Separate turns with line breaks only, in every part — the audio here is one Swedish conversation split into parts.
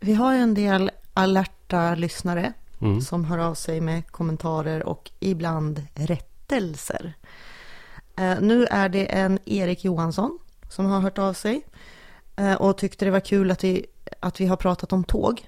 Vi har ju en del alerta lyssnare som hör av sig med kommentarer och ibland rättelser. Nu är det en Erik Johansson som har hört av sig och tyckte det var kul att vi har pratat om tåg.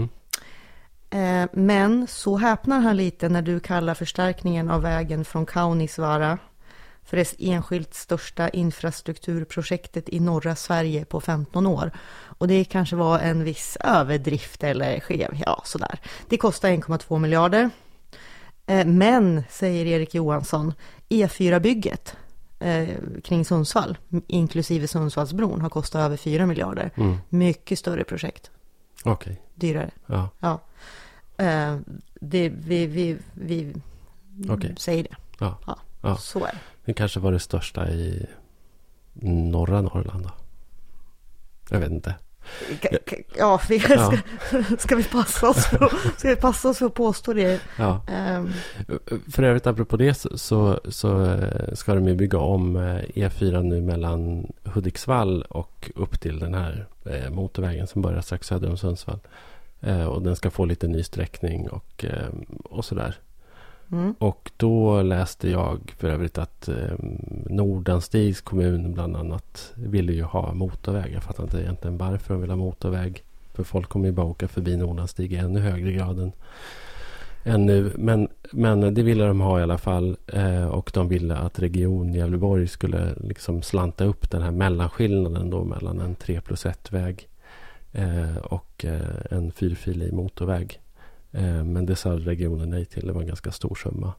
Men så häpnar han lite när du kallar förstärkningen av vägen från Kaunisvaara för det enskilt största infrastrukturprojektet i norra Sverige på 15 år. Och det kanske var en viss överdrift eller sådär. Det kostar 1,2 miljarder. Men, säger Erik Johansson, E4-bygget kring Sundsvall, inklusive Sundsvallsbron, har kostat över 4 miljarder. Mycket större projekt.
Okej.
Dyrare.
Ja.
Vi säger det.
Ja.
Så är det.
Det kanske var det största i norra Norrland då. Jag vet inte.
Ska vi passa oss för att påstå det?
Ja. För övrigt apropå det så ska de ju bygga om E4 nu mellan Hudiksvall och upp till den här motorvägen som börjar strax söder om Sundsvall. Och den ska få lite ny sträckning och sådär. Och då läste jag för övrigt att Nordanstigs kommun bland annat ville ju ha motorväg. Jag fattar inte egentligen varför de vill ha motorväg. För folk kommer ju bara åka förbi Nordanstig i ännu högre grad än nu. Men det ville de ha i alla fall. Och de ville att region Gävleborg skulle liksom slanta upp den här mellanskillnaden då mellan en 3+1-väg och en 4-filig motorväg. Men det sa regionen nej till. Det var en ganska stor summa.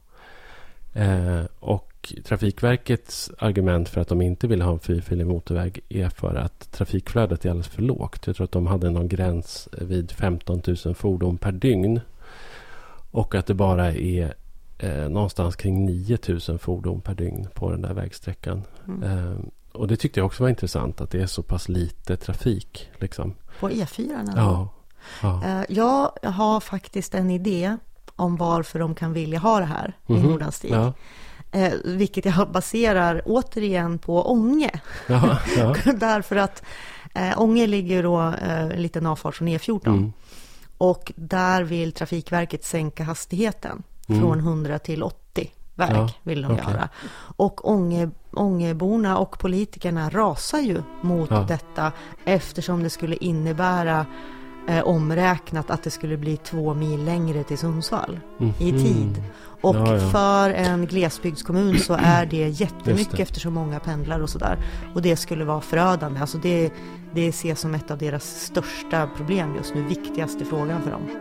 Och Trafikverkets argument för att de inte vill ha en 4-filig motorväg är för att trafikflödet är alldeles för lågt. Jag tror att de hade någon gräns vid 15 000 fordon per dygn. Och att det bara är någonstans kring 9 000 fordon per dygn på den där vägsträckan. Och det tyckte jag också var intressant att det är så pass lite trafik. Liksom.
På E4?
Ja.
Jag har faktiskt en idé om varför de kan vilja ha det här i Nordanstig. Ja. Vilket jag baserar återigen på Ånge. Ja. Därför att Ånge ligger då en liten avfart från E14. Och där vill Trafikverket sänka hastigheten från 100 till 80 vill de göra. Och Ångeborna och politikerna rasar ju mot detta eftersom det skulle innebära omräknat att det skulle bli 2 mil längre till Sundsvall i tid. Och för en glesbygdskommun så är det jättemycket eftersom många pendlar och sådär. Och det skulle vara förödande. Alltså det ses som ett av deras största problem just nu. Viktigaste frågan för dem.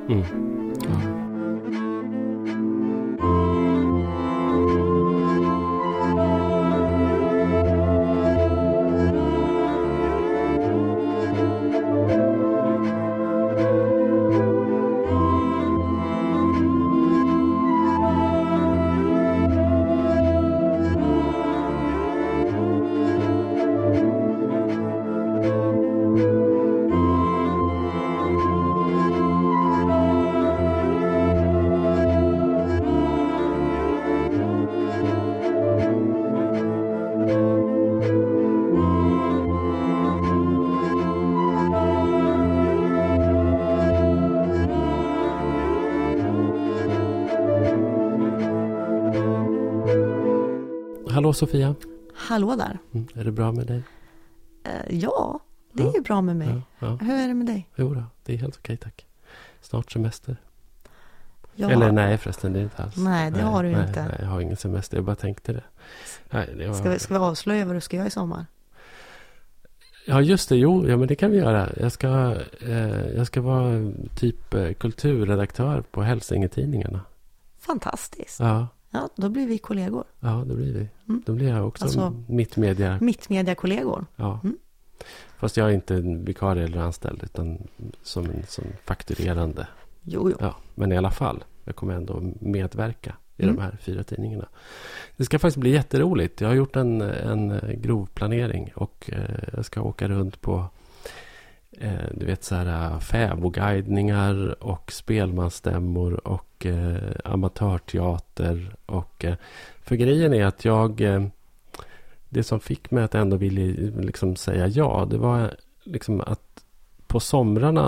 Hallå Sofia.
Hallå där.
Är det bra med dig?
Ja, det är ju bra med mig. Ja. Hur är det med dig?
Jo då, det är helt okej, tack. Snart semester.
Ja.
Eller nej förresten, det är inte alls.
Nej, det har du inte.
Nej, jag har ingen semester, jag bara tänkte det. Nej, det var...
Ska vi avslöja vad du ska göra i sommar?
Ja just det, men det kan vi göra. Jag ska vara typ kulturredaktör på Hälsingetidningarna.
Fantastiskt.
Ja,
då blir vi kollegor.
Ja, det blir vi. Då blir jag också
mittmedia-kollegor.
Ja. Fast jag är inte en vikarie eller anställd utan som en fakturerande.
Jo.
Ja, men i alla fall, jag kommer ändå medverka i de här 4 tidningarna. Det ska faktiskt bli jätteroligt. Jag har gjort en grov planering och jag ska åka runt på du vet så här fäboguidningar och spelmansstämmor och amatörteater och för grejen är att det som fick mig att ändå vilja liksom säga ja, det var liksom att på somrarna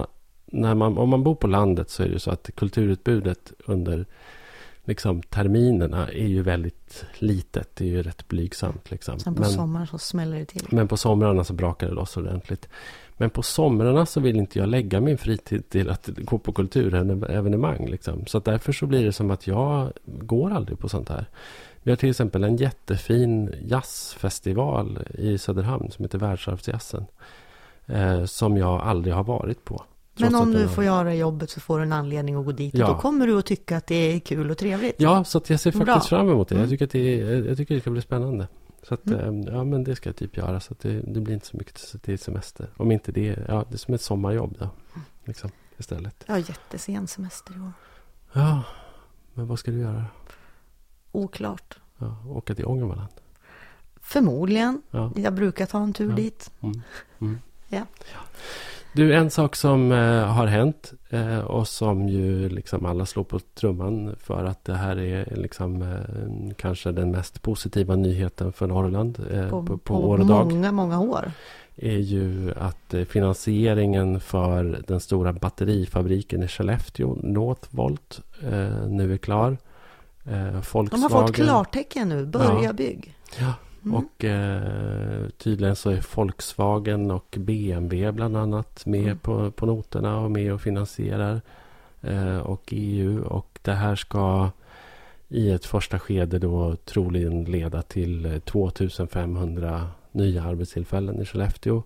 om man bor på landet så är det så att kulturutbudet under liksom terminerna är ju väldigt litet. Det är ju rätt blygsamt. Liksom.
Sen på sommaren så smäller det till.
Men på somrarna så brakar det loss ordentligt. Men på somrarna så vill inte jag lägga min fritid till att gå på kulturevenemang. Liksom. Så att därför så blir det som att jag går aldrig på sånt här. Vi har till exempel en jättefin jazzfestival i Söderhamn som heter Världsarvsjazzen. Som jag aldrig har varit på.
Men om du får göra jobbet så får du en anledning att gå dit. Och då kommer du att tycka att det är kul och trevligt.
Ja, så att jag ser faktiskt fram emot det. Jag tycker det ska bli spännande. Så att, ja men det ska jag typ göra. Så att det blir inte så mycket till semester. Om inte det, det är som ett sommarjobb då. Liksom, istället.
Ja, jättesen semester i år.
Ja, men vad ska du göra?
Oklart.
Ja, åka till Ångermanland.
Förmodligen. Ja. Jag brukar ta en tur dit. Ja.
Du, en sak som har hänt och som ju liksom alla slår på trumman för att det här är liksom kanske den mest positiva nyheten för Norrland på år och dag.
Många år.
Är ju att finansieringen för den stora batterifabriken i Skellefteå, Northvolt, nu är klar. Volkswagen,
de har fått klartecken nu, börja bygg.
Ja. Och tydligen så är Volkswagen och BMW bland annat med på noterna och med och finansierar och EU. Och det här ska i ett första skede då troligen leda till 2500 nya arbetstillfällen i Skellefteå.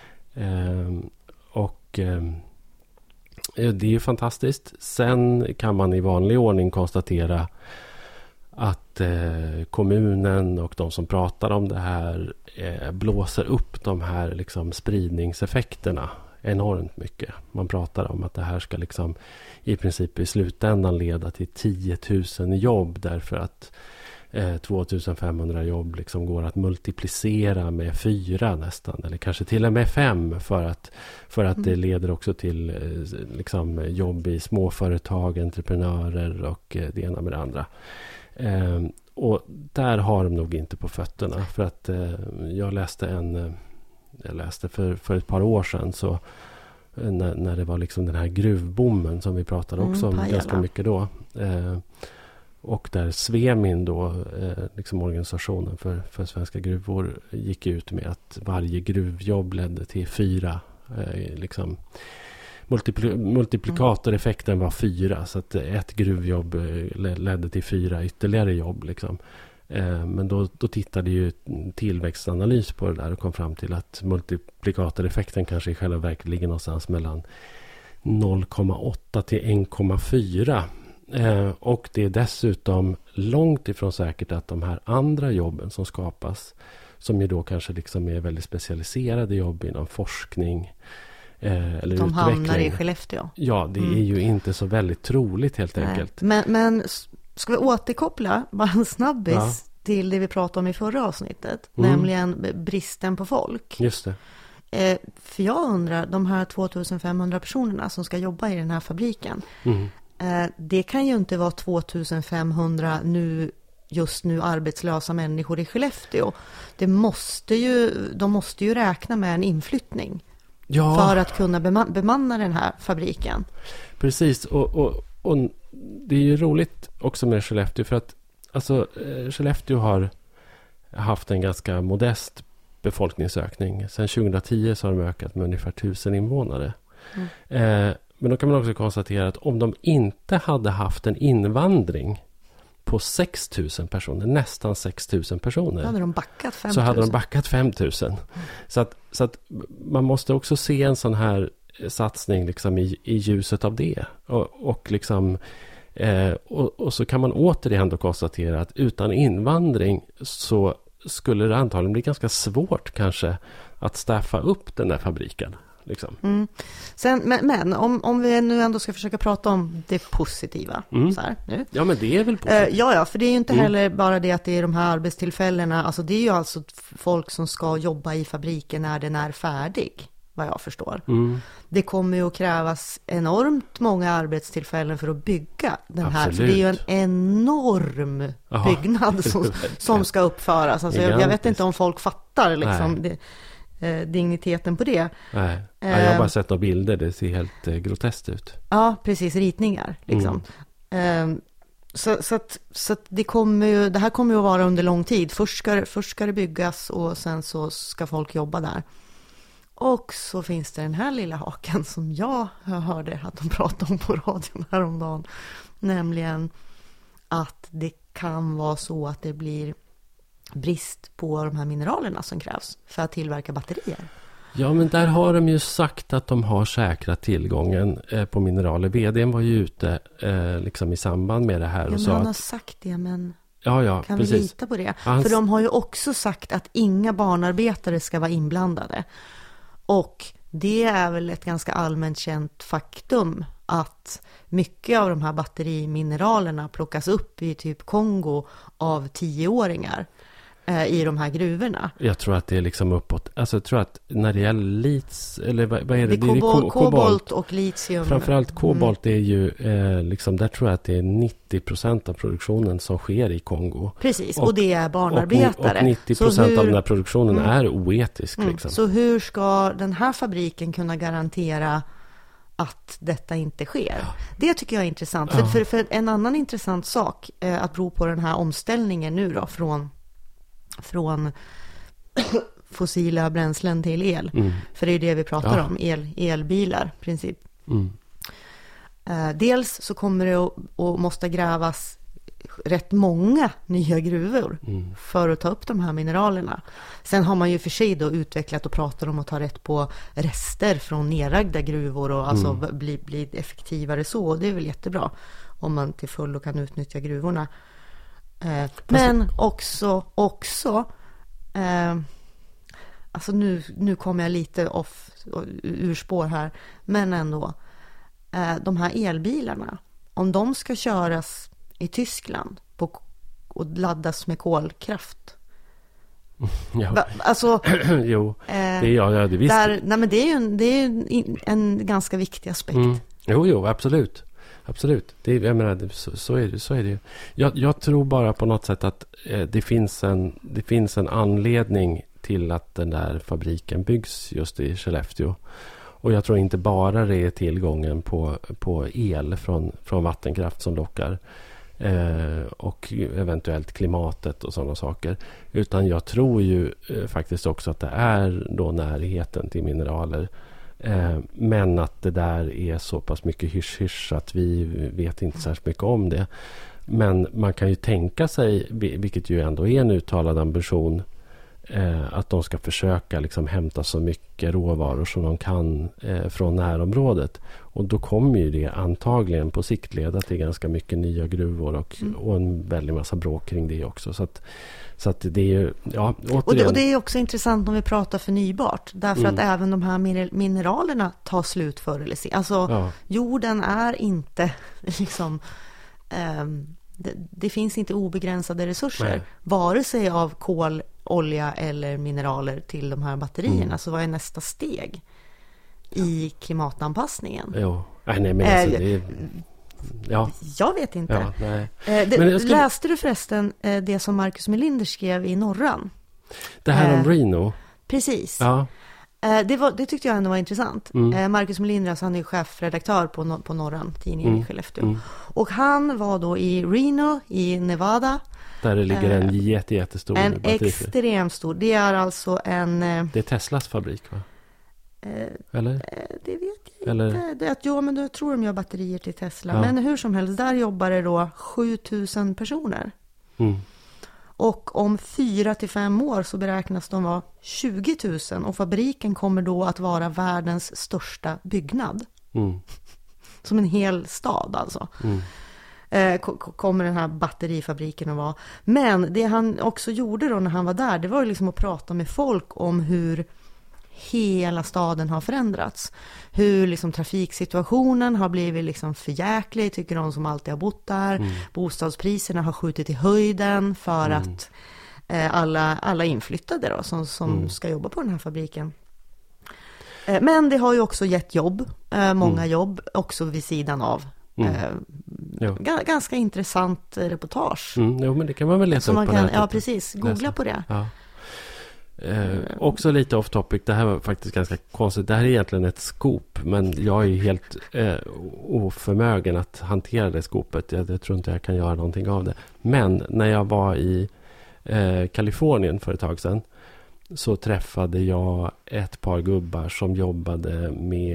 Det är ju fantastiskt. Sen kan man i vanlig ordning konstatera att kommunen och de som pratar om det här blåser upp de här liksom spridningseffekterna enormt mycket. Man pratar om att det här ska liksom i princip i slutändan leda till 10 000 jobb därför att 2500 jobb liksom går att multiplicera med 4 nästan eller kanske till och med 5 för att det leder också till liksom jobb i småföretag, entreprenörer och det ena med det andra. Och där har de nog inte på fötterna för att jag läste för ett par år sedan så när det var liksom den här gruvbommen som vi pratade också om ganska mycket då och där Svemin då liksom organisationen för svenska gruvor gick ut med att varje gruvjobb ledde till 4 liksom multiplikatoreffekten var 4 så att ett gruvjobb ledde till 4 ytterligare jobb liksom. Men då tittade ju tillväxtanalys på det där och kom fram till att multiplikatoreffekten kanske i själva verket ligger någonstans mellan 0,8 till 1,4 och det är dessutom långt ifrån säkert att de här andra jobben som skapas som ju då kanske liksom är väldigt specialiserade jobb inom forskning eller de
hamnar i Skellefteå.
Ja, det är ju inte så väldigt troligt helt enkelt.
Men ska vi återkoppla bara en snabbis till det vi pratade om i förra avsnittet, nämligen bristen på folk.
Just det.
För jag undrar, de här 2500 personerna som ska jobba i den här fabriken, det kan ju inte vara 2500 just nu arbetslösa människor i Skellefteå. De måste ju räkna med en inflyttning. Ja. För att kunna bemanna den här fabriken.
Precis, och det är ju roligt också med Skellefteå för att alltså, Skellefteå har haft en ganska modest befolkningsökning. Sen 2010 så har de ökat med ungefär 1000 invånare. Men då kan man också konstatera att om de inte hade haft en invandring på 6 000 personer, nästan 6 000 personer.
Så hade de backat 5 000.
Så hade de backat 5 000. Så att man måste också se en sån här satsning liksom i ljuset av det. Och liksom och så kan man återigen då konstatera att utan invandring så skulle det antagligen bli ganska svårt kanske att staffa upp den där fabriken. Liksom.
Sen, men om vi nu ändå ska försöka prata om det positiva så här, nu.
Ja, men det är väl positivt.
Ja, för det är ju inte heller bara det att det är de här arbetstillfällena, alltså det är ju alltså folk som ska jobba i fabriken när den är färdig, vad jag förstår. Det kommer ju att krävas enormt många arbetstillfällen för att bygga den här, för det är ju en enorm byggnad som ska uppföras. Alltså jag vet inte om folk fattar liksom det. digniteten på det.
Nej, jag har bara sett några bilder, det ser helt groteskt ut.
Ja, precis, ritningar liksom. Så att det här kommer ju att vara under lång tid. Först ska det byggas och sen så ska folk jobba där. Och så finns det den här lilla haken som jag hörde att de pratade om på radion häromdagen. Nämligen att det kan vara så att det blir brist på de här mineralerna som krävs för att tillverka batterier.
Ja, men där har de ju sagt att de har säkrat tillgången på mineraler. VD:n var ju ute liksom i samband med det här.
Ja,
och
men han har sagt det, men kan
precis.
vi lita på det? För de har ju också sagt att inga barnarbetare ska vara inblandade. Och det är väl ett ganska allmänt känt faktum att mycket av de här batterimineralerna plockas upp i typ Kongo av 10-åringar i de här gruvorna.
Jag tror att det är liksom uppåt. Alltså jag tror att när det gäller lits, eller vad är det?
Det är kobolt och litium.
Framförallt kobolt är ju liksom, där tror jag att det är 90% av produktionen som sker i Kongo.
Precis, och det är barnarbetare.
Och 90% av den här produktionen är oetisk. Liksom.
Så hur ska den här fabriken kunna garantera att detta inte sker? Ja. Det tycker jag är intressant. För en annan intressant sak att bero på den här omställningen nu då från fossila bränslen till el. För det är det vi pratar om, elbilar i princip. Dels så kommer det att måste grävas rätt många nya gruvor för att ta upp de här mineralerna. Sen har man ju för sig då utvecklat och pratar om att ta rätt på rester från nerlagda gruvor och alltså bli effektivare så. Det är väl jättebra om man till fullo kan utnyttja gruvorna. Men också alltså nu kommer jag lite ur spår här, men ändå de här elbilarna, om de ska köras i Tyskland och laddas med kolkraft.
Ja.
Alltså
jo, det visst.
Nej, men det är ju en ganska viktig aspekt.
Jo, absolut. Absolut. Jag menar, så är det ju. Jag tror bara på något sätt att det finns en anledning till att den där fabriken byggs just i Skellefteå. Och jag tror inte bara det är tillgången på el från vattenkraft som lockar. Och eventuellt klimatet och sådana saker. Utan jag tror ju faktiskt också att det är då närheten till mineraler. Men att det där är så pass mycket hysch att vi vet inte särskilt mycket om det. Men man kan ju tänka sig, vilket ju ändå är en uttalad ambition, att de ska försöka liksom hämta så mycket råvaror som de kan från närområdet. Och då kommer ju det antagligen på sikt leda till ganska mycket nya gruvor och en väldig massa bråk kring det också. Så att det är ju, ja, återigen. Och det
är också intressant om vi pratar förnybart. Därför att även de här mineralerna tar slut förr eller senare. Alltså jorden är inte liksom... Det finns inte obegränsade resurser. Vare sig av kol, olja eller mineraler till de här batterierna. Så vad är nästa steg i klimatanpassningen?
Jo. Nej, men alltså det är... Ja.
Jag vet inte.
Ja, nej.
Läste du förresten det som Marcus Melinder skrev i Norran?
Det här om Reno?
Precis.
Ja.
Det tyckte jag ändå var intressant. Marcus Melinder, han är chefredaktör på Norran, tidningen i Skellefteå. Och han var då i Reno i Nevada.
Där det ligger en jättestor batterifabrik.
Extremt stor. Det är alltså en...
Det är Teslas fabrik, va? Eller?
Det vet jag inte. Men jag tror de gör batterier till Tesla. Ja. Men hur som helst, där jobbar det då 7000 personer. Och om 4-5 år så beräknas de vara 20 000. Och fabriken kommer då att vara världens största byggnad. Som en hel stad alltså. Kommer den här batterifabriken att vara. Men det han också gjorde då när han var där, det var ju liksom att prata med folk om hur hela staden har förändrats. Hur liksom trafiksituationen har blivit liksom förjäklig, tycker de som alltid har bott där. Bostadspriserna har skjutit i höjden för att alla inflyttade då, som ska jobba på den här fabriken. Men det har ju också gett jobb, många jobb, också vid sidan av. Ganska intressant reportage.
Jo, men det kan man väl läsa upp på nätet.
Ja, precis. Googla på det.
Ja. Också lite off topic. Det här var faktiskt ganska konstigt. Det här är egentligen ett scoop. Men jag är helt oförmögen att hantera det skopet. Jag tror inte jag kan göra någonting av det. Men när jag var i Kalifornien för ett tag sedan, så träffade jag ett par gubbar som jobbade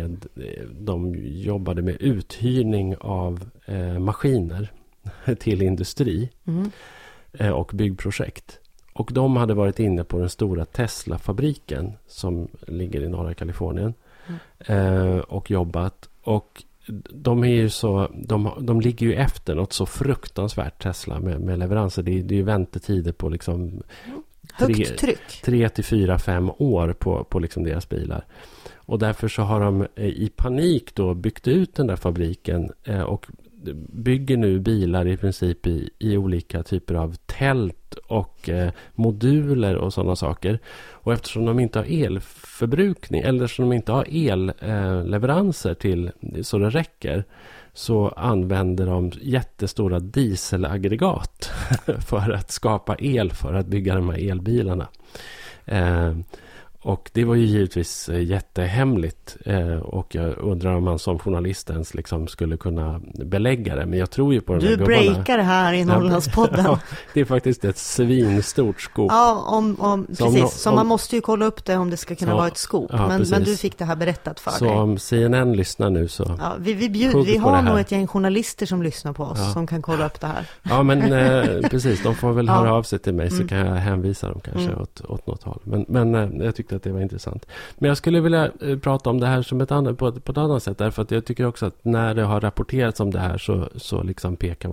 med uthyrning av maskiner till industri och byggprojekt. Och de hade varit inne på den stora Tesla-fabriken som ligger i norra Kalifornien och jobbat. Och de är ju så, de ligger ju efter något så fruktansvärt, Tesla, med leveranser. Det är ju väntetider på liksom
högt tryck.
3 till 4-5 år på liksom deras bilar. Och därför så har de i panik då byggt ut den där fabriken och bygger nu bilar i princip i olika typer av tält och moduler och sådana saker. Och eftersom de inte har elförbrukning, eller eftersom de inte har elleveranser till så det räcker, så använder de jättestora dieselaggregat för att skapa el, för att bygga de här elbilarna. Och det var ju givetvis jättehemligt. Och jag undrar om man som journalist ens liksom skulle kunna belägga det. Men jag tror ju på den här gubbarna.
Du breakar det här i Norrlandspodden.
Ja, det är faktiskt ett svinstort skop.
Ja, precis. Så man måste ju kolla upp det om det ska kunna vara ett skop. Ja, men du fick det här berättat för dig.
Så om CNN lyssnar nu så...
Ja, vi har nog ett gäng journalister som lyssnar på oss som kan kolla upp det här.
Ja, men precis. De får väl höra av sig till mig så kan jag hänvisa dem kanske åt något håll. Men jag tyckte att det var intressant. Men jag skulle vilja prata om det här som på ett annat sätt, därför att jag tycker också att när det har rapporterats om det här så liksom pekar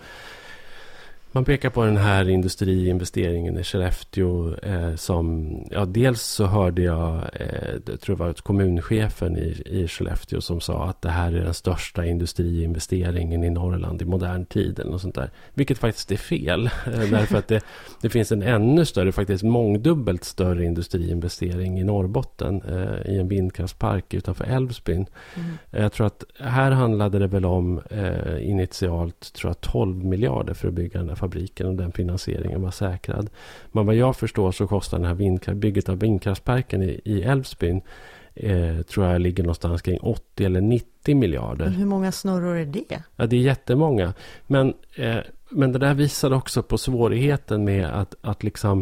man pekar på den här industriinvesteringen i Skellefteå som, dels så hörde jag tror det var kommunchefen i Skellefteå som sa att det här är den största industriinvesteringen i Norrland i modern tid eller något sånt där. Vilket faktiskt är fel. Därför att det finns en ännu större, faktiskt mångdubbelt större industriinvestering i Norrbotten i en vindkraftspark utanför Älvsbyn. Jag tror att här handlade det väl om initialt 12 miljarder för att bygga den här fabriken, och den finansieringen var säkrad. Men vad jag förstår så kostar den här bygget av vindkraftsparken i Älvsbyn tror jag ligger någonstans kring 80 eller 90 miljarder.
Men hur många snurror är det?
Ja, det är jättemånga. Men det där visar också på svårigheten med att liksom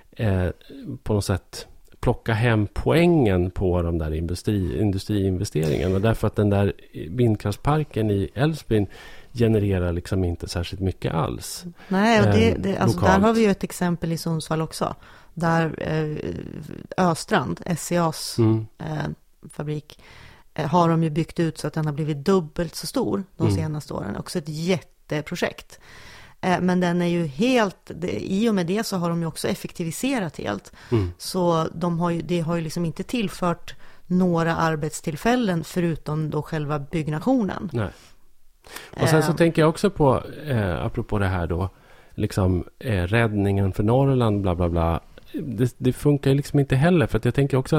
på något sätt plocka hem poängen på de där industriinvesteringarna. Därför att den där vindkraftsparken i Älvsbyn genererar liksom inte särskilt mycket alls.
Nej, och alltså där har vi ju ett exempel i Sundsvall också. Där Östrand, SCAs fabrik, har de ju byggt ut så att den har blivit dubbelt så stor de senaste åren. Också ett jätteprojekt. Men den är ju helt, i och med det så har de ju också effektiviserat helt. Så det har ju liksom inte tillfört några arbetstillfällen förutom då själva byggnationen.
Nej. Och sen så tänker jag också på, apropå det här då, liksom räddningen för Norrland, bla bla bla. Det funkar ju liksom inte heller, för att jag tänker också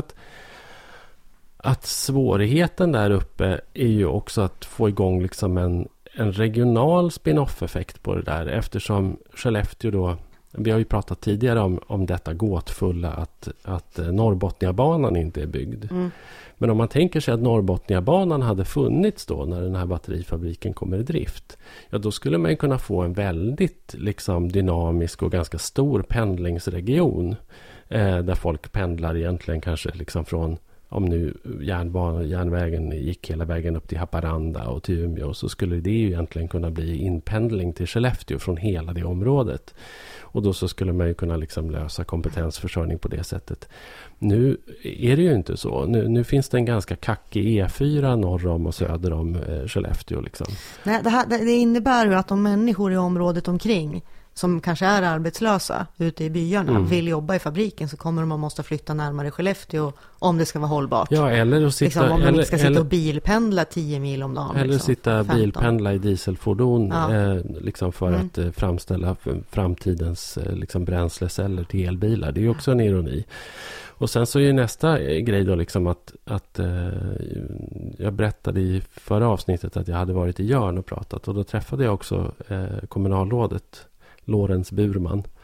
att svårigheten där uppe är ju också att få igång liksom en regional spin-off-effekt på det där, eftersom Skellefteå då, vi har ju pratat tidigare om detta gåtfulla att Norrbotniabanan inte är byggd. Men om man tänker sig att Norrbotniabanan hade funnits då när den här batterifabriken kommer i drift, ja, då skulle man ju kunna få en väldigt liksom dynamisk och ganska stor pendlingsregion där folk pendlar egentligen kanske liksom från, om nu järnvägen gick hela vägen upp till Haparanda och till Umeå, så skulle det ju egentligen kunna bli inpendling till Skellefteå från hela det området. Och då så skulle man ju kunna liksom lösa kompetensförsörjning på det sättet. Nu är det ju inte så. Nu finns det en ganska kackig E4 norr om och söder om Skellefteå. Liksom.
Nej, det innebär ju att de människor i området omkring som kanske är arbetslösa ute i byarna vill jobba i fabriken, så kommer de att måste flytta närmare Skellefteå om det ska vara hållbart.
Ja, eller att sitta,
liksom, om de inte ska sitta och bilpendla 10 mil om dagen.
Eller
liksom,
sitta bilpendla i dieselfordon liksom för att framställa framtidens liksom bränsleceller till elbilar. Det är ju också en ironi. Och sen så är ju nästa grej då liksom att jag berättade i förra avsnittet att jag hade varit i Jörn och pratat, och då träffade jag också kommunalrådet Lorentz Burman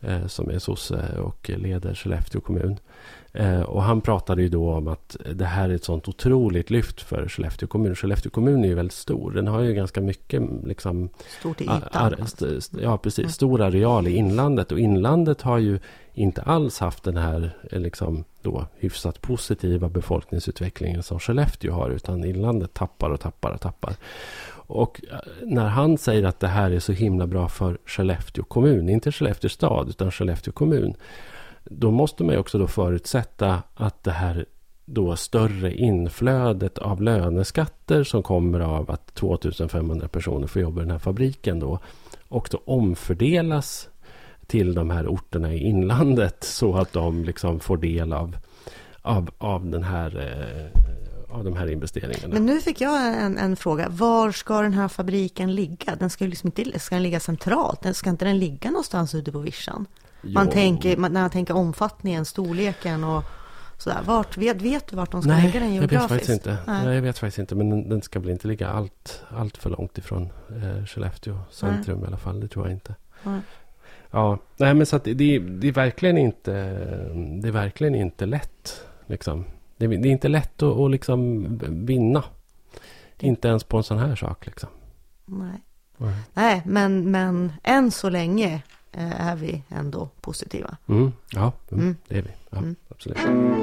som är sosse och leder Skellefteå kommun. Och han pratade ju då om att det här är ett sånt otroligt lyft för Skellefteå kommun. Skellefteå kommun är ju väldigt stor. Den har ju ganska mycket liksom...
Stort i ytan.
Ja, precis. Stor areal i inlandet. Och inlandet har ju inte alls haft den här liksom då hyfsat positiva befolkningsutvecklingen som Skellefteå har. Utan inlandet tappar. Och när han säger att det här är så himla bra för Skellefteå kommun, inte Skellefteå stad utan Skellefteå kommun, då måste man ju också då förutsätta att det här då större inflödet av löneskatter som kommer av att 2500 personer får jobba i den här fabriken då, och då omfördelas till de här orterna i inlandet så att de liksom får del av den här av de här investeringarna. Men
nu fick jag en fråga. Var ska den här fabriken ligga? Den ska ju liksom inte, ska den ligga centralt? Ska inte den ligga någonstans ute på vischan? När man tänker omfattningen, storleken och sådär. Vet du vart de ska lägga den geografiskt?
Jag vet faktiskt inte. Men den ska väl inte ligga allt för långt ifrån Skellefteå centrum i alla fall. Det tror jag inte. Ja, nej, men så att det är verkligen inte lätt liksom. Det är inte lätt att liksom vinna. Inte ens på en sån här sak liksom. Nej, men än så länge är vi ändå positiva. Det är vi. Ja, absolut.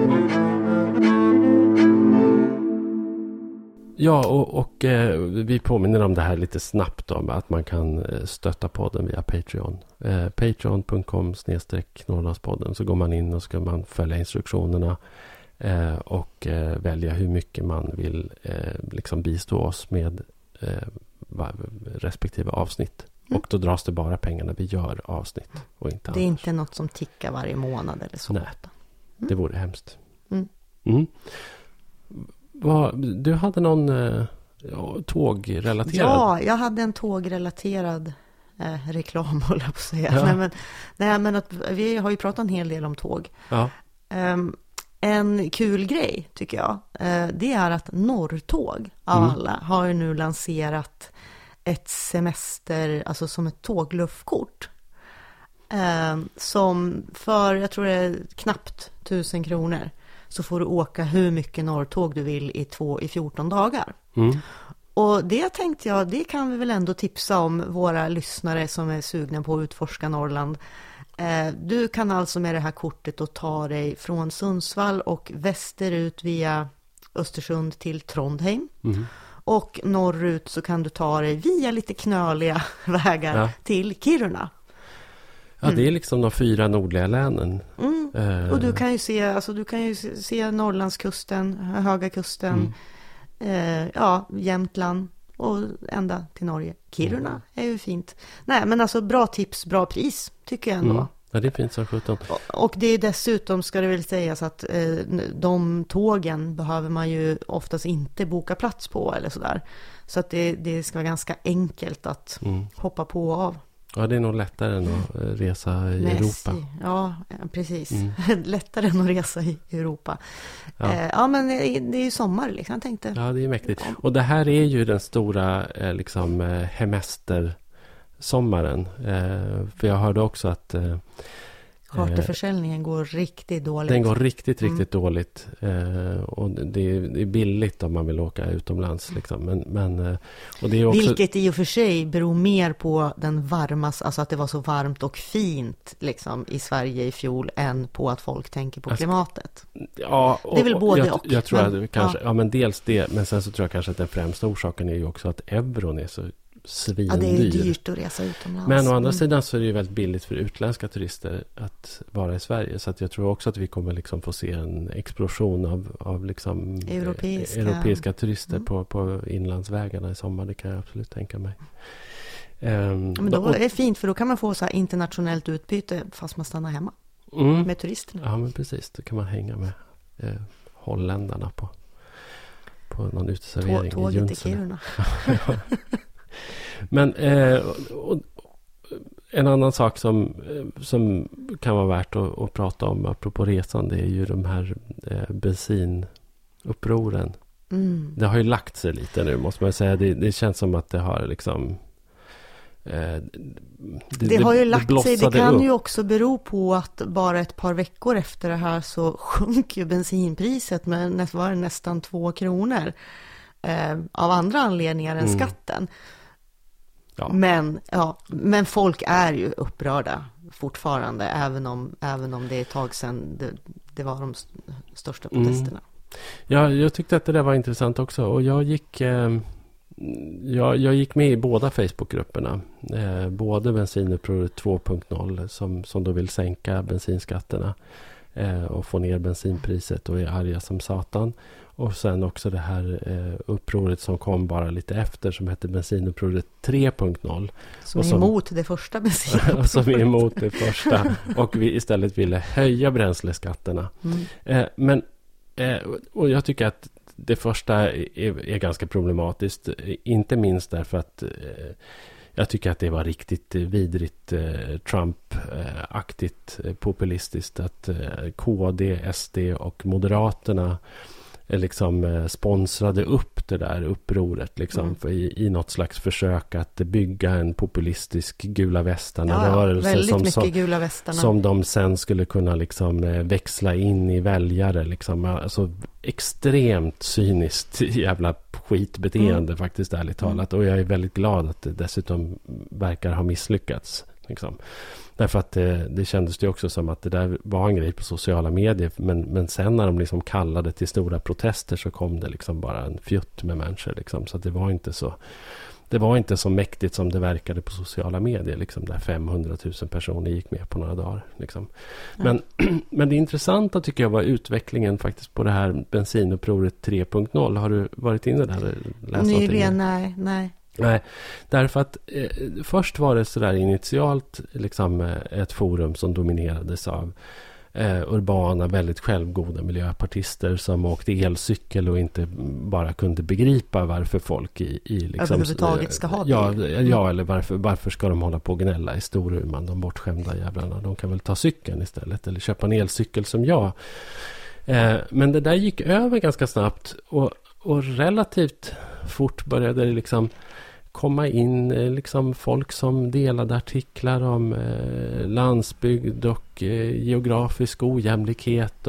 Ja, och vi påminner om det här lite snabbt om att man kan stötta podden via Patreon. Patreon.com/Norrlandspodden, så går man in och ska man följa instruktionerna och välja hur mycket man vill liksom bistå oss med respektive avsnitt. Och då dras det bara pengar när vi gör avsnitt och inte annars. Det är
inte något som tickar varje månad eller så.
Nej, det vore hemskt. Du hade någon tågrelaterad?
Ja, jag hade en tågrelaterad reklam, håller jag på att säga. Ja. Men att vi har ju pratat en hel del om tåg. Ja. En kul grej tycker jag, det är att Norrtåg av alla har ju nu lanserat ett semester, alltså som ett tågluftkort. Som för, jag tror det är knappt 1000 kronor, så får du åka hur mycket Norrtåg du vill i 14 dagar. Och det tänkte jag, det kan vi väl ändå tipsa om våra lyssnare som är sugna på att utforska Norrland. Du kan alltså med det här kortet och ta dig från Sundsvall och västerut via Östersund till Trondheim. Och norrut så kan du ta dig via lite knöliga vägar till Kiruna.
Ja, det är liksom de 4 nordliga länen.
Och du kan ju se Norrlandskusten, Höga kusten, Jämtland och ända till Norge. Kiruna är ju fint. Nej, men alltså bra tips, bra pris tycker jag ändå.
Ja, det är fint som 17.
Och det är dessutom, ska det väl sägas, att de tågen behöver man ju oftast inte boka plats på eller sådär. Så att det ska vara ganska enkelt att hoppa på och av.
Ja, det är nog lättare än att resa i Europa.
Ja, precis. Lättare än att resa i Europa. Ja, men det är ju sommar liksom, jag tänkte.
Ja, det är mäktigt. Och det här är ju den stora liksom hemestersommaren. För jag hörde också att
charterförsäljningen går riktigt dåligt.
Den går riktigt dåligt. Och det är billigt om man vill åka utomlands. Liksom. Men, och det är också...
Vilket i och för sig beror mer på den varmas, alltså att det var så varmt och fint liksom, i Sverige i fjol än på att folk tänker på klimatet.
Ja,
det är väl både och.
Jag tror att kanske, men dels det, men sen så tror jag kanske att den främsta orsaken är ju också att euron är så svindyr.
Ja, det är dyrt att resa utomlands.
Men å andra sidan så är det ju väldigt billigt för utländska turister att vara i Sverige. Så att jag tror också att vi kommer liksom få se en explosion av liksom europeiska turister på inlandsvägarna i sommar. Det kan jag absolut tänka mig.
Men då är det fint, för då kan man få så här internationellt utbyte fast man stannar hemma med turisterna.
Ja, men precis. Då kan man hänga med holländarna på någon uteservering
i Junsele. Till Kiruna.
Men en annan sak som kan vara värt att prata om apropå resan, det är ju de här bensinupproren. Det har ju lagt sig lite nu, måste man säga. Det känns som att det har liksom
Det har ju lagt sig. Det kan
upp.
ju också bero på att bara ett par veckor efter det här så sjönk ju bensinpriset med nästan 2 kronor av andra anledningar än skatten.
Ja.
Men folk är ju upprörda fortfarande, även om det är ett tag sedan det var de största protesterna.
Ja, jag tyckte att det där var intressant också, och jag gick med i båda Facebookgrupperna, både Bensinupproret 2.0 som då vill sänka bensinskatterna och få ner bensinpriset och är arga som satan. Och sen också det här upproret som kom bara lite efter, som heter Bensinupproret 3.0.
Som är emot det första bensinupproret.
Som är emot det första. Och vi istället ville höja bränsleskatterna. Och jag tycker att det första är ganska problematiskt. Inte minst därför att jag tycker att det var riktigt vidrigt Trump-aktigt populistiskt att KD, SD och Moderaterna liksom sponsrade upp det där upproret liksom, för i något slags försök att bygga en populistisk gula västarna-rörelse som de sen skulle kunna liksom växla in i väljare liksom. Alltså extremt cyniskt jävla skitbeteende faktiskt, ärligt talat, och jag är väldigt glad att det dessutom verkar ha misslyckats liksom. Därför att det kändes det också som att det där var en grej på sociala medier. Men sen när de liksom kallade till stora protester så kom det liksom bara en fjutt med människor. Liksom. Så att det var inte så mäktigt som det verkade på sociala medier. Liksom, där 500 000 personer gick med på några dagar. Liksom. Men det intressanta tycker jag var utvecklingen faktiskt på det här bensinupproret 3.0. Har du varit inne där och läst
nyligen?
Nej, därför att först var det sådär initialt liksom ett forum som dominerades av urbana, väldigt självgoda miljöpartister som åkte elcykel och inte bara kunde begripa varför folk i liksom,
överhuvudtaget ska ha det.
Ja, eller varför ska de hålla på och gnälla i Storuman, de bortskämda jävlarna. De kan väl ta cykeln istället eller köpa en elcykel som jag. Men det där gick över ganska snabbt och relativt fort började det liksom komma in liksom folk som delade artiklar om landsbygd och geografisk ojämlikhet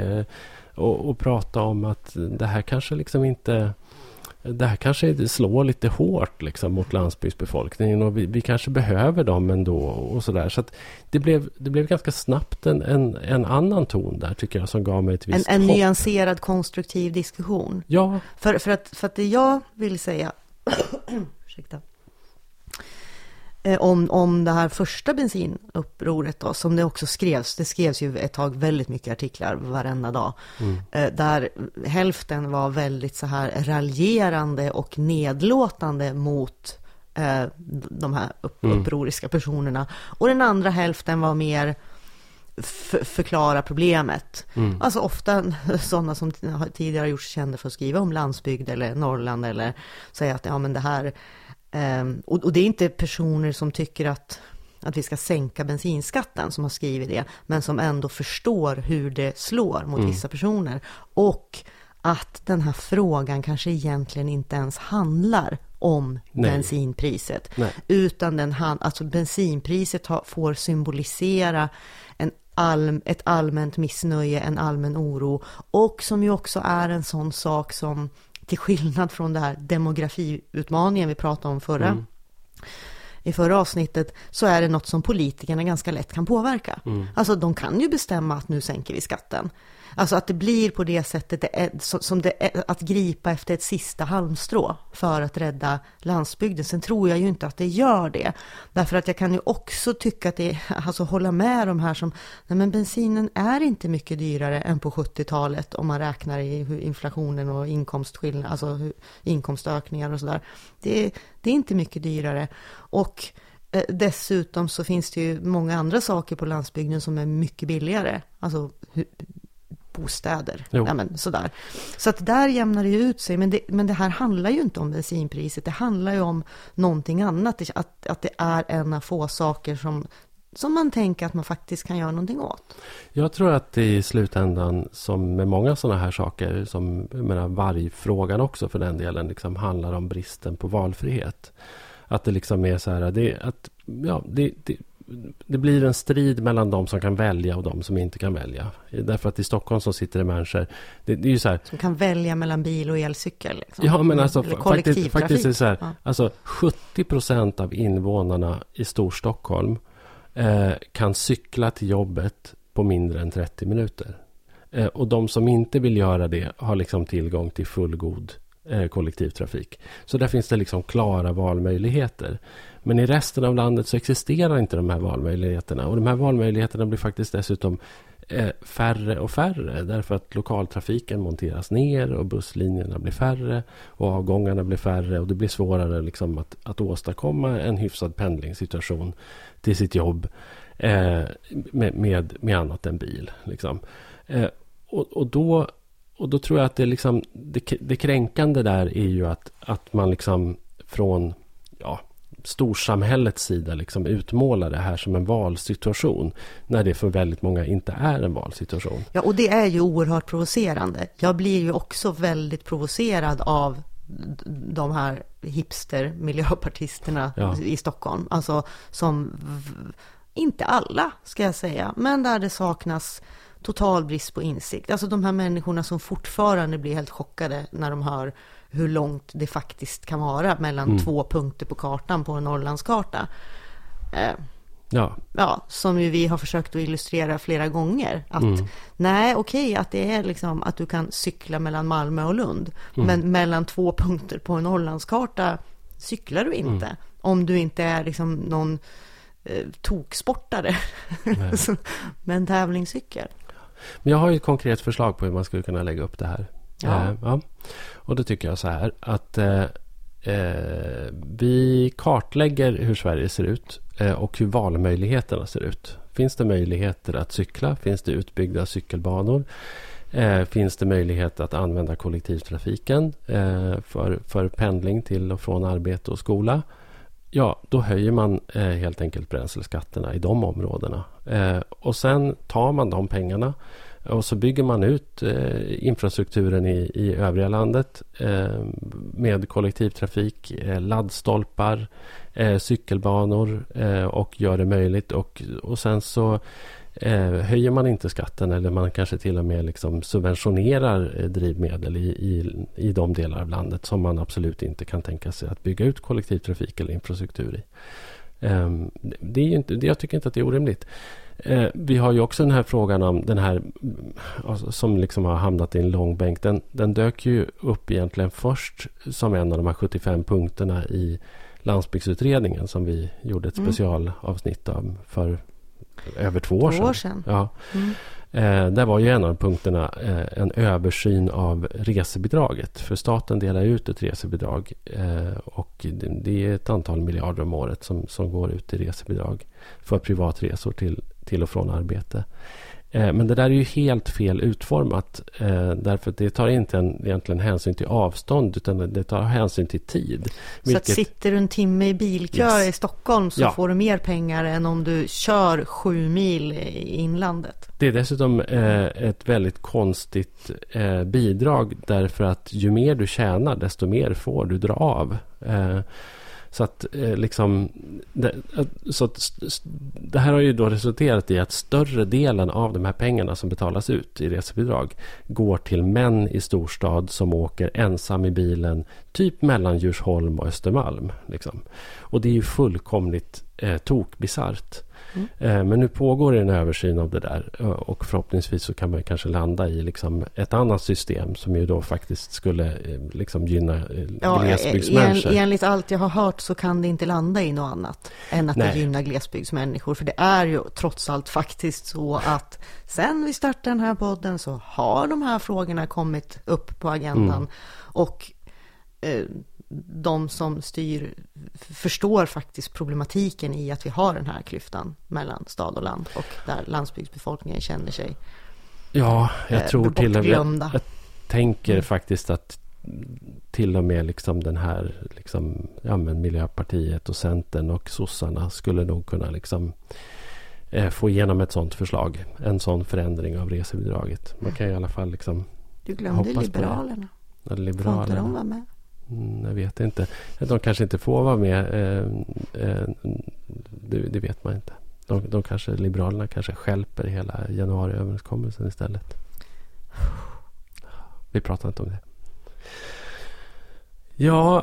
och prata om att det här kanske liksom inte, det här kanske slår lite hårt liksom mot landsbygdsbefolkningen och vi kanske behöver dem ändå och sådär. Så att det blev ganska snabbt en annan ton där, tycker jag, som gav mig ett visst
en
hopp.
nyanserad, konstruktiv diskussion.
Ja.
För att det jag vill säga om det här första bensinupproret då, som det också skrevs ju ett tag väldigt mycket artiklar varenda dag, där hälften var väldigt så här raljerande och nedlåtande mot de här upproriska personerna, och den andra hälften var mer förklara problemet. Alltså ofta sådana som tidigare har gjort sig kända för att skriva om landsbygd eller Norrland, eller säga att ja, men det här och det är inte personer som tycker att vi ska sänka bensinskatten som har skrivit det, men som ändå förstår hur det slår mot vissa personer, och att den här frågan kanske egentligen inte ens handlar om bensinpriset. Nej. Utan alltså bensinpriset får symbolisera ett allmänt missnöje, en allmän oro, och som ju också är en sån sak som, till skillnad från det här demografiutmaningen vi pratade om i förra avsnittet, så är det något som politikerna ganska lätt kan påverka. Alltså de kan ju bestämma att nu sänker vi skatten. Alltså att det blir på det sättet som det är, att gripa efter ett sista halmstrå för att rädda landsbygden. Sen tror jag ju inte att det gör det. Därför att jag kan ju också tycka att det, alltså hålla med de här som, nej men bensinen är inte mycket dyrare än på 70-talet om man räknar i inflationen och inkomstskillnad, alltså inkomstökningar och sådär. Det är inte mycket dyrare, och dessutom så finns det ju många andra saker på landsbygden som är mycket billigare. Alltså bostäder. Ja, men sådär. Så att där jämnar det ju ut sig. Men det här handlar ju inte om bensinpriset. Det handlar ju om någonting annat. Att det är en av få saker som man tänker att man faktiskt kan göra någonting åt. Jag
tror att det i slutändan, som med många sådana här saker, som vargfrågan också för den delen, liksom handlar om bristen på valfrihet. Att det liksom är så här, det blir en strid mellan de som kan välja och de som inte kan välja. Därför att i Stockholm så sitter det människor, det är ju så här,
som kan välja mellan bil och elcykel. Liksom.
Ja, men alltså
faktiskt
är det så här, alltså 70% av invånarna i Storstockholm kan cykla till jobbet på mindre än 30 minuter. Och de som inte vill göra det har liksom tillgång till fullgod kollektivtrafik. Så där finns det liksom klara valmöjligheter. Men i resten av landet så existerar inte de här valmöjligheterna. Och de här valmöjligheterna blir faktiskt dessutom färre och färre. Därför att lokaltrafiken monteras ner och busslinjerna blir färre och avgångarna blir färre. Och det blir svårare liksom att åstadkomma en hyfsad pendlingssituation till sitt jobb med annat än bil. Liksom. Och då tror jag att det, liksom, det kränkande där är ju att man liksom från storsamhällets sida liksom utmålar det här som en valsituation när det för väldigt många inte är en valsituation.
Ja, och det är ju oerhört provocerande. Jag blir ju också väldigt provocerad av de här hipster-miljöpartisterna i Stockholm. Alltså som inte alla ska jag säga, men där det saknas total brist på insikt. Alltså de här människorna som fortfarande blir helt chockade när de hör hur långt det faktiskt kan vara mellan 2 punkter på kartan på en Norrlandskarta. Som ju vi har försökt att illustrera flera gånger. Att att det är liksom att du kan cykla mellan Malmö och Lund. Men mellan 2 punkter på en Norrlandskarta cyklar du inte. Om du inte är liksom någon toksportare med en tävlingscykel.
Men jag har ju ett konkret förslag på hur man skulle kunna lägga upp det här. Och då tycker jag så här att vi kartlägger hur Sverige ser ut och hur valmöjligheterna ser ut. Finns det möjligheter att cykla? Finns det utbyggda cykelbanor? Finns det möjlighet att använda kollektivtrafiken för pendling till och från arbete och skola? Ja, då höjer man helt enkelt bränsleskatterna i de områdena. Och sen tar man de pengarna och så bygger man ut infrastrukturen i övriga landet med kollektivtrafik, laddstolpar, cykelbanor och gör det möjligt. Och sen så höjer man inte skatten eller man kanske till och med liksom subventionerar drivmedel i de delar av landet som man absolut inte kan tänka sig att bygga ut kollektivtrafik eller infrastruktur i. Det är ju inte, jag tycker inte att det är orimligt. Vi har ju också den här frågan om den här som liksom har hamnat i en lång bänk. Den dök ju upp egentligen först som en av de här 75 punkterna i landsbygdsutredningen som vi gjorde ett specialavsnitt av för över 2 år sedan. Ja. Där var ju en av punkterna en översyn av resebidraget. För staten delar ut ett resebidrag och det är ett antal miljarder om året som går ut i resebidrag för privatresor till och från arbete. Men det där är ju helt fel utformat därför att det tar inte egentligen hänsyn till avstånd utan det tar hänsyn till tid.
Så att sitter du en timme i bilkö i Stockholm så får du mer pengar än om du kör 7 mil i inlandet.
Det är dessutom ett väldigt konstigt bidrag därför att ju mer du tjänar desto mer får du dra av. Så att liksom det här har ju då resulterat i att större delen av de här pengarna som betalas ut i resebidrag går till män i storstad som åker ensam i bilen typ mellan Djursholm och Östermalm liksom. Och det är ju fullkomligt tokbisarrt. Men nu pågår en översyn av det där och förhoppningsvis så kan man kanske landa i liksom ett annat system som ju då faktiskt skulle liksom gynna glesbygdsmänniskor.
Enligt allt jag har hört så kan det inte landa i något annat än att det gynnar glesbygdsmänniskor. För det är ju trots allt faktiskt så att sen vi startade den här podden så har de här frågorna kommit upp på agendan och de som styr förstår faktiskt problematiken i att vi har den här klyftan mellan stad och land och där landsbygdsbefolkningen känner sig
jag tror till och med jag tänker faktiskt att till och med liksom den här liksom, men Miljöpartiet och Centern och sossarna skulle nog kunna liksom få igenom ett sånt förslag, en sån förändring av resebidraget. Man kan i alla fall liksom
du glömde Liberalerna.
Liberalerna.
Får inte de vara med?
Jag vet inte. De kanske inte får vara med. Det vet man inte. De kanske, Liberalerna kanske stjälper hela januariöverenskommelsen istället. Vi pratar inte om det. Ja,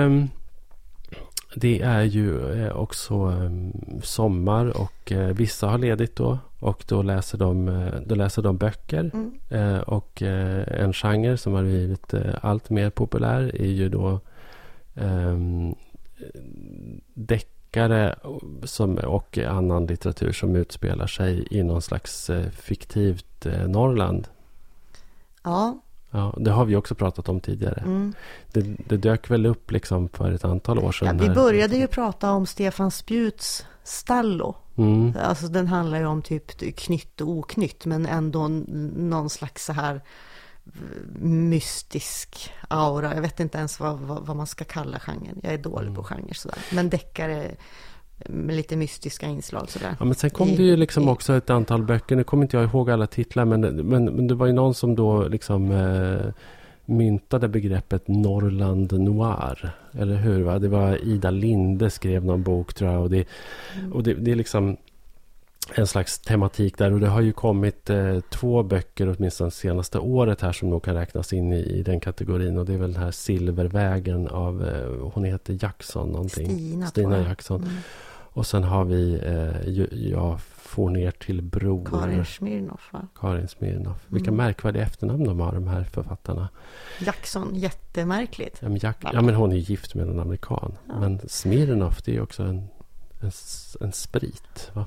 det är ju också sommar och vissa har ledigt då. Och då läser de böcker. Och en genre som har blivit allt mer populär är ju då deckare och annan litteratur som utspelar sig i någon slags fiktivt Norrland.
Ja.
Ja, det har vi också pratat om tidigare. Det dök väl upp liksom för ett antal år sedan.
Ja, vi började ju prata om Stefan Spjuts Stallo. Alltså den handlar ju om typ knytt och oknytt, men ändå någon slags så här mystisk aura. Jag vet inte ens vad man ska kalla genren. Jag är dålig på genre sådär. Men deckare med lite mystiska inslag sådär.
Ja, men sen kom det ju liksom också ett antal böcker. Nu kommer inte jag ihåg alla titlar, men det var ju någon som då liksom myntade begreppet Norrland noir. Eller hur? Va? Det var Ida Linde skrev någon bok, tror jag. Och det är liksom en slags tematik där. Och det har ju kommit 2 böcker åtminstone senaste året här som nog kan räknas in i den kategorin. Och det är väl den här Silvervägen av, hon heter Jackson någonting. Stina Jackson. Och sen har vi Jag får ner till Bror. Karin Smirnoff. Vilka märkvärdiga efternamn de har, de här författarna.
Jackson, jättemärkligt.
Ja, men hon är gift med en amerikan. Ja. Men Smirnoff, det är också en sprit, va?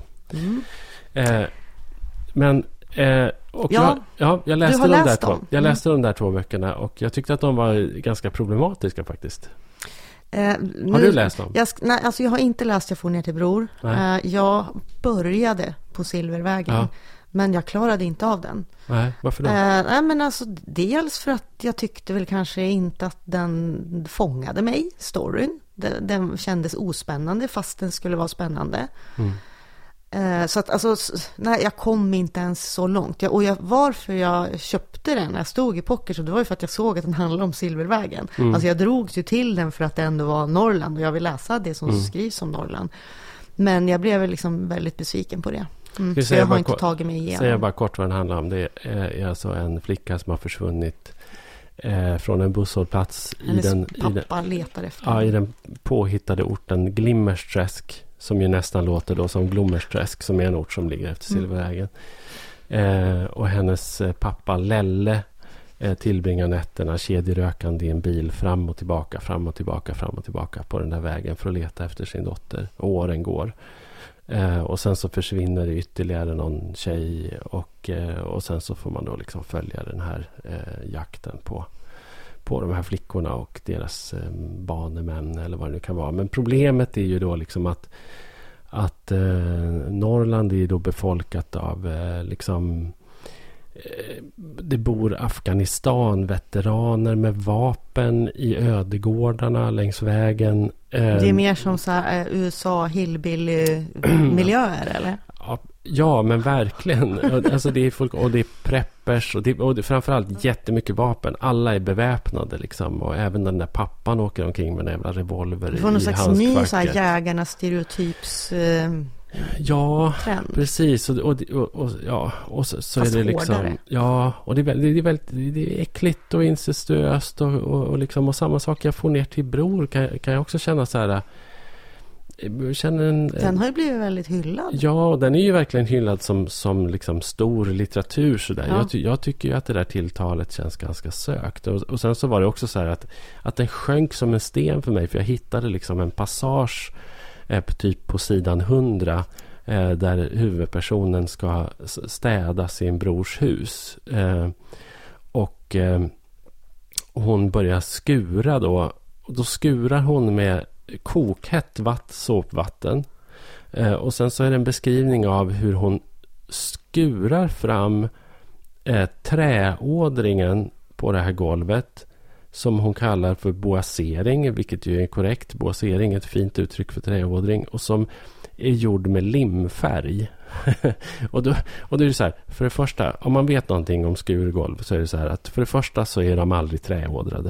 Jag läste de där 2 böckerna och jag tyckte att de var ganska problematiska faktiskt. Har du läst dem?
Jag har inte läst Jag får ner till Bror. Jag började på Silvervägen, men jag klarade inte av den.
Nej, varför då?
Men alltså, dels för att jag tyckte väl kanske inte att den fångade mig, storyn. Den kändes ospännande fast den skulle vara spännande. Så att alltså, nej, jag kom inte ens så långt. Varför jag köpte den när jag stod i poker, så det var ju för att jag såg att den handlade om Silvervägen. Alltså jag drogs ju till den för att det ändå var Norrland och jag vill läsa det som skrivs om Norrland. Men jag blev liksom väldigt besviken på det. Så jag har inte tagit mig igenom.
Säger bara kort vad den handlar om. Det är alltså en flicka som har försvunnit från en busshållplats i den påhittade orten Glimmersträsk, som ju nästan låter då som Glommersträsk, som är en ort som ligger efter Silvervägen. Och hennes pappa Lelle tillbringar nätterna kedjerökande i en bil fram och tillbaka på den där vägen för att leta efter sin dotter. Och åren går. Och sen så försvinner det ytterligare någon tjej och sen så får man då liksom följa den här jakten på de här flickorna och deras banemän eller vad det nu kan vara. Men problemet är ju då liksom att Norrland är då befolkat av det bor Afghanistan-veteraner med vapen i ödegårdarna längs vägen.
Det är mer som så här USA hillbilly-miljöer, eller?
Ja, men verkligen. Alltså det är folk, och det är preppers och det är framförallt jättemycket vapen. Alla är beväpnade liksom, och även den där pappan åker omkring med en jävla revolver i handskfacket. Det var någon slags ny så här jägarnas
stereotyps
ja,
trend.
Precis. Och så är det liksom hårdare. Ja, och det är äckligt och incestuöst och liksom, och samma sak jag får ner till Bror kan jag också känna så här.
Den har ju blivit väldigt hyllad.
Ja, den är ju verkligen hyllad som liksom stor litteratur så där. Ja. Jag tycker ju att det där tilltalet känns ganska sökt. Och sen så var det också så här att den sjönk som en sten för mig, för jag hittade liksom en passage typ på sidan 100 där huvudpersonen ska städa sin brors hus. Och hon börjar skura då. Och då skurar hon med kokhett såpvatten. Och sen så är det en beskrivning av hur hon skurar fram träådringen på det här golvet som hon kallar för boasering, vilket ju är korrekt. Boasering är ett fint uttryck för träådring och som är gjord med limfärg. och då är det så här, för det första, om man vet någonting om skurgolv så är det så här att för det första så är de aldrig träådrade.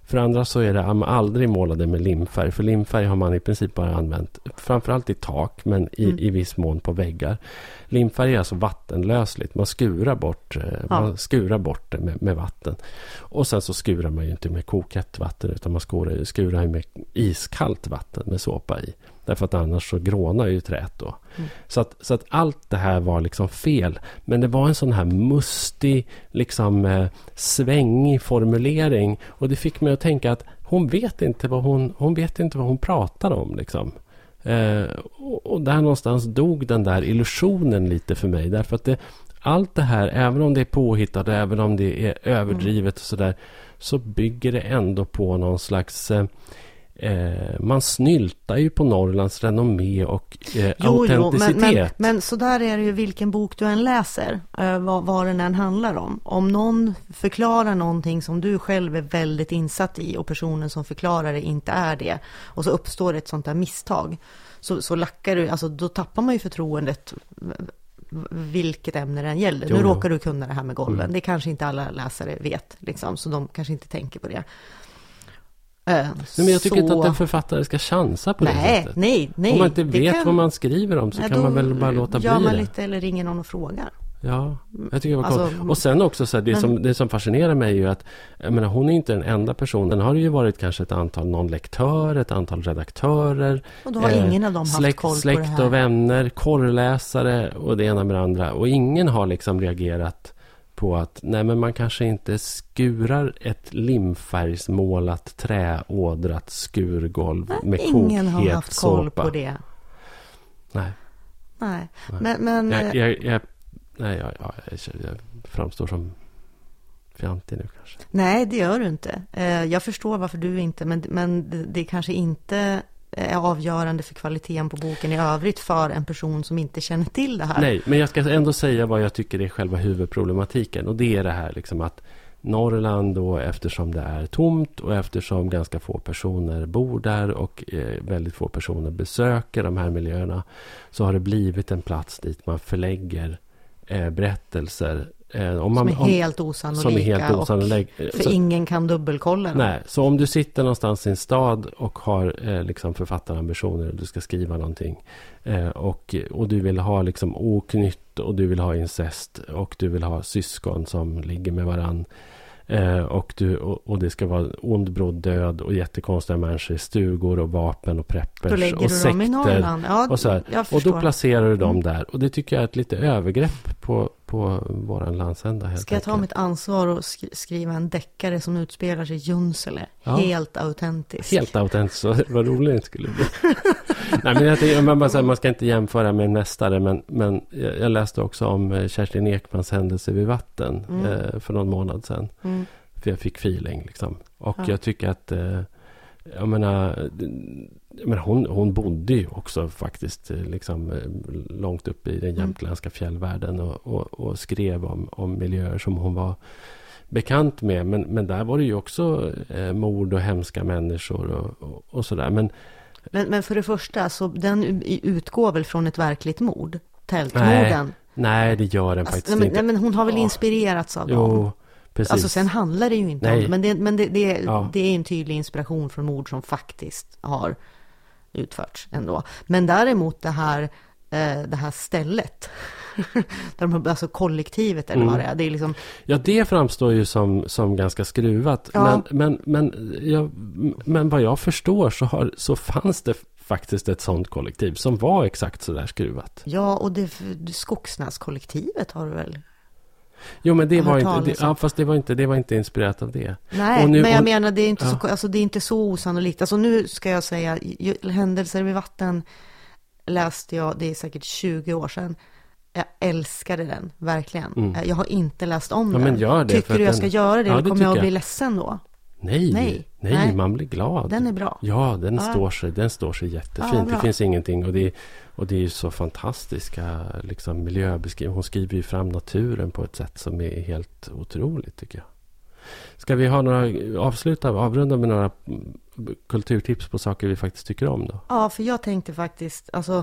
För andra så är det aldrig målade med limfärg. För limfärg har man i princip bara använt framförallt i tak, men i viss mån på väggar. Limfärg är alltså vattenlösligt. Man skurar bort det med vatten. Och sen så skurar man ju inte med kokhett vatten, utan man skurar med iskallt vatten med såpa i. Därför att annars så grånar ju träet då. Så att allt det här var liksom fel. Men det var en sån här mustig, liksom svängig formulering. Och det fick mig att tänka att hon vet inte vad hon pratar om liksom. Och där någonstans dog den där illusionen lite för mig. Därför att allt det här, även om det är påhittat, även om det är överdrivet och sådär, så bygger det ändå på någon slags... man snyltar ju på Norrlands renommé och autenticitet.
Men så där är det ju vilken bok du än läser, vad den än handlar om. Om någon förklarar någonting som du själv är väldigt insatt i och personen som förklarar det inte är det, och så uppstår ett sånt där misstag, så lackar du, alltså då tappar man ju förtroendet vilket ämne den gäller. Nu råkar du kunna det här med golven. Det kanske inte alla läsare vet liksom, så de kanske inte tänker på det.
Men jag tycker inte att en författare ska chansa på det sättet.
Nej.
Om man inte vet vad man skriver om så kan man väl bara låta bli det.
Gör man lite eller ringer någon och frågar.
Ja, jag tycker det var coolt. Och sen också så här, det som fascinerar mig är ju att jag menar, hon är inte den enda personen. Den har ju varit kanske ett antal non-lektörer, ett antal redaktörer.
Och då har ingen av dem haft koll på det här.
Släkt och vänner, korrläsare och det ena med det andra. Och ingen har liksom reagerat på att nej, men man kanske inte skurar ett limfärgsmålat träådrat skurgolv med kokhet såpa.
Ingen har haft koll på det. Nej. Men
jag framstår som fjantig nu kanske.
Nej, det gör du inte. Jag förstår varför du inte, men det kanske inte är avgörande för kvaliteten på boken i övrigt för en person som inte känner till det här.
Nej, men jag ska ändå säga vad jag tycker är själva huvudproblematiken, och det är det här liksom att Norrland då, eftersom det är tomt och eftersom ganska få personer bor där och väldigt få personer besöker de här miljöerna, så har det blivit en plats dit man förlägger berättelser som är helt osannolika.
För ingen kan dubbelkolla dem.
Nej, så om du sitter någonstans i en stad och har liksom författarambitioner och du ska skriva någonting och du vill ha liksom oknytt och du vill ha incest och du vill ha syskon som ligger med varann och det ska vara ond bråd död och jättekonstiga människor i stugor och vapen och preppers och sekter och så här. Och då placerar du dem där, och det tycker jag är ett lite övergrepp på våran landsända.
Ska jag ta mitt ansvar och skriva en deckare som utspelar sig i Junsele? Ja. Helt autentiskt.
Helt autentiskt, så vad roligt det skulle bli. Nej, men man ska inte jämföra med en mästare, men jag läste också om Kerstin Ekmans händelse vid vatten för någon månad sedan. För jag fick feeling liksom. Och jag tycker att jag menar hon bodde ju också faktiskt liksom långt upp i den jämtländska fjällvärlden och skrev om miljöer som hon var bekant med, men där var det ju också mord och hemska människor och sådär.
Men för det första, så den utgår väl från ett verkligt mord? Tältmorden?
Nej, det gör den faktiskt inte.
Men hon har väl inspirerats av dem?
Precis.
Alltså sen handlar det ju inte om det, men det är en tydlig inspiration från mord som faktiskt har utförts ändå. Men däremot det här stället alltså kollektivet eller vad det är liksom...
Ja, det framstår ju som ganska skruvat. Ja. Men vad jag förstår så fanns det faktiskt ett sånt kollektiv som var exakt så där skruvat.
Ja, och det Skogsnäskollektivet har du väl...
Jo, men det var inte fast det var inte inspirerat av det.
Nej, men jag menar det är inte så, alltså det är inte så osannolikt. Alltså nu ska jag säga, händelser vid vatten läste jag, det är säkert 20 år sedan. Jag älskade den, verkligen. Jag har inte läst om den.
Men gör det.
Tycker du jag ska göra det? Eller kommer jag att bli ledsen då?
Nej, man blir glad.
Den är bra.
Ja, den står sig jättefint. Ja, det finns ingenting, och det är ju så fantastiska liksom, miljöbeskrivningar. Hon skriver ju fram naturen på ett sätt som är helt otroligt, tycker jag. Ska vi ha avrunda med några kulturtips på saker vi faktiskt tycker om då?
Ja, för jag tänkte faktiskt, alltså...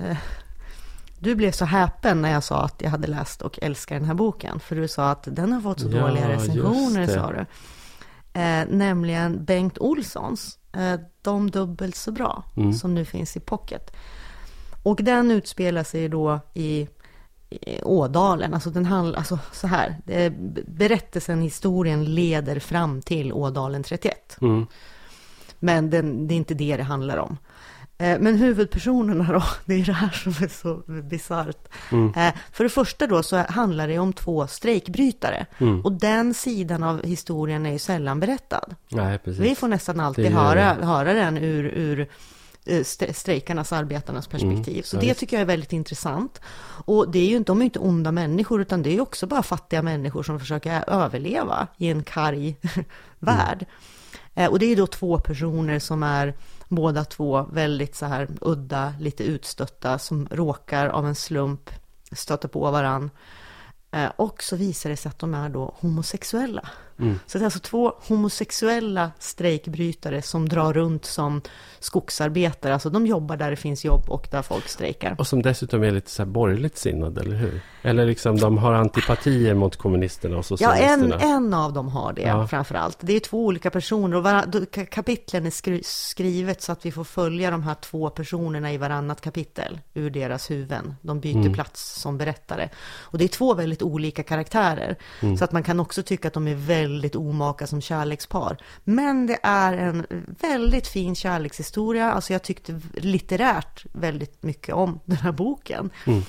Du blev så häpen när jag sa att jag hade läst och älskar den här boken. För du sa att den har fått så dåliga recensioner, sa du. nämligen Bengt Olssons De dubbelt så bra, som nu finns i pocket. Och den utspelar sig då i Ådalen, alltså den handlar, alltså så här, berättelsen, historien leder fram till Ådalen 31. Men det är inte det handlar om. Men huvudpersonerna då, det är det här som är så bisarrt. För det första då så handlar det om 2 strejkbrytare. Och den sidan av historien är ju sällan berättad.
Nej, precis.
Vi får nästan alltid höra den ur strejkarnas, arbetarnas perspektiv. Så det tycker jag är väldigt intressant. Och det är ju inte, de är ju inte onda människor, utan det är ju också bara fattiga människor som försöker överleva i en karg värld. Och det är ju då 2 personer som är båda 2 väldigt så här udda, lite utstötta, som råkar av en slump stöta på varann. Och så visar det sig att de är då homosexuella. Så det är alltså 2 homosexuella strejkbrytare som drar runt som skogsarbetare. Alltså de jobbar där det finns jobb och där folk strejkar.
Och som dessutom är lite så här borgerligt sinnad, eller hur? Eller liksom de har antipatier mot kommunisterna och socialisterna.
Ja, en av dem har det framförallt. Det är 2 olika personer och kapitlen är skrivet så att vi får följa de här 2 personerna i varannat kapitel ur deras huvuden. De byter plats som berättare. Och det är 2 väldigt olika karaktärer. Så att man kan också tycka att de är väldigt omaka som kärlekspar. Men det är en väldigt fin kärlekshistoria. Alltså jag tyckte litterärt väldigt mycket om den här boken.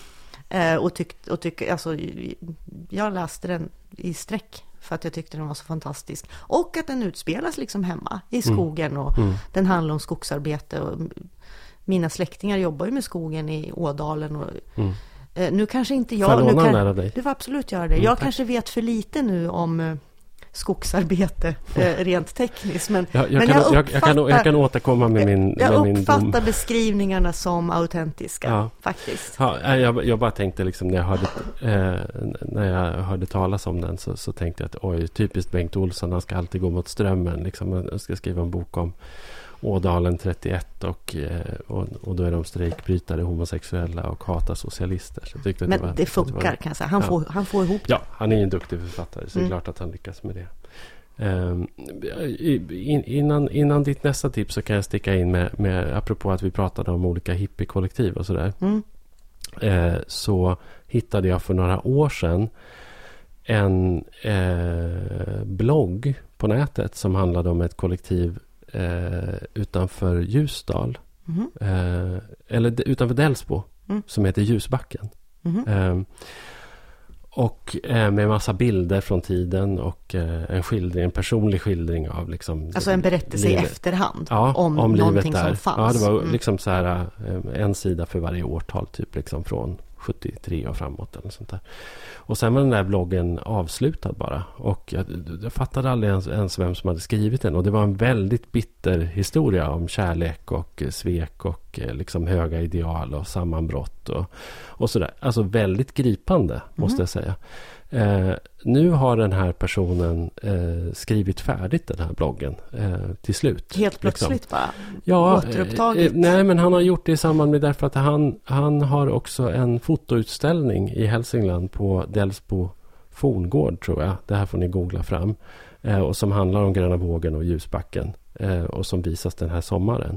Alltså, jag läste den i sträck för att jag tyckte den var så fantastisk. Och att den utspelas liksom hemma i skogen och den handlar om skogsarbete. Och mina släktingar jobbar ju med skogen i Ådalen och nu kanske inte jag... Du får absolut göra det. Jag kanske vet för lite nu om skogsarbete rent tekniskt, men
jag kan återkomma med min
jag
min
uppfattar
dom.
Beskrivningarna som autentiska faktiskt.
Ja, jag bara tänkte liksom när jag hörde talas om den så tänkte jag att oj, typiskt Bengt Olsson, han ska alltid gå mot strömmen liksom. Han ska skriva en bok om Ådalen 31 och då är de strejkbrytare, homosexuella och hatar socialister. Så jag
men det funkar kan jag säga. Han får ihop det.
Ja, han är ju en duktig författare, så det är klart att han lyckas med det. Innan ditt nästa tips så kan jag sticka in med apropå att vi pratade om olika hippiekollektiv och sådär. Så hittade jag för några år sedan en blogg på nätet som handlade om ett kollektiv utanför Ljusdal eller utanför Delsbo som heter Ljusbacken. Och med massa bilder från tiden och en personlig skildring av liksom,
alltså en berättelse i efterhand om
någonting
som fanns.
Ja, det var liksom så här en sida för varje årtal typ liksom från 73 och framåt eller sånt där. Och sen var den där bloggen avslutad bara. Och jag fattade aldrig ens vem som hade skrivit den. Och det var en väldigt bitter historia om kärlek och svek och liksom höga ideal och sammanbrott och sådär. Alltså väldigt gripande måste jag säga. Nu har den här personen skrivit färdigt den här bloggen till slut.
Helt plötsligt liksom. Bara?
Ja,
återupptaget?
Nej, men han har gjort det i samband med därför att han har också en fotoutställning i Hälsingland på Delsbo forngård tror jag. Det här får ni googla fram. Och som handlar om Gröna vågen och Ljusbacken. Och som visas den här sommaren.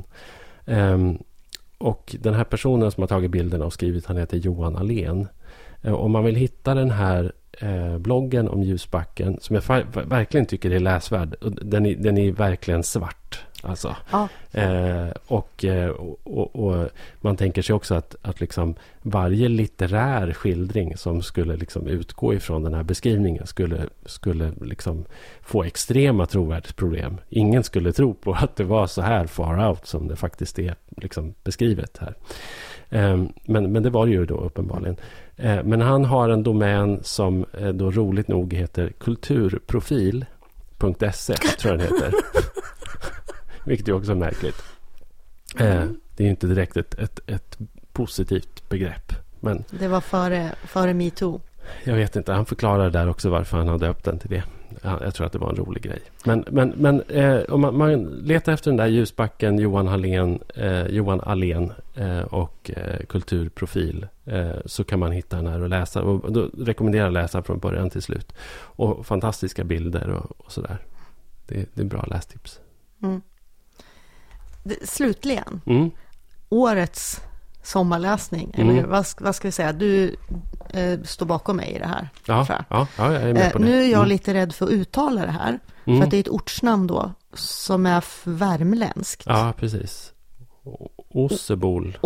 Och den här personen som har tagit bilderna och skrivit, han heter Johan Alén. Om man vill hitta den här bloggen om Ljusbacken som jag verkligen tycker är läsvärd. Den är verkligen svart. Alltså. Och man tänker sig också att liksom varje litterär skildring som skulle liksom utgå ifrån den här beskrivningen skulle liksom få extrema trovärdighetsproblem. Ingen skulle tro på att det var så här far out som det faktiskt är liksom beskrivet här. Men det var det ju då uppenbarligen. Men han har en domän som då roligt nog heter kulturprofil.se tror jag den heter. Vilket är också märkligt. Det är ju inte direkt ett positivt begrepp. Men
det var före MeToo.
Jag vet inte, han förklarar där också varför han har döpt den till det. Jag tror att det var en rolig grej. Men om man letar efter den där Ljusbacken, Johan Alén och kulturprofil så kan man hitta den här och läsa. Och då rekommenderar jag läsa från början till slut. Och fantastiska bilder och sådär. det är bra lästips.
Slutligen, årets sommarläsning, eller vad ska vi säga, du står bakom mig i det här.
Ja, jag är med på det.
Nu är jag lite rädd för att uttala det här, för att det är ett ortsnamn då som är värmländskt.
Ja, precis. Ossebol.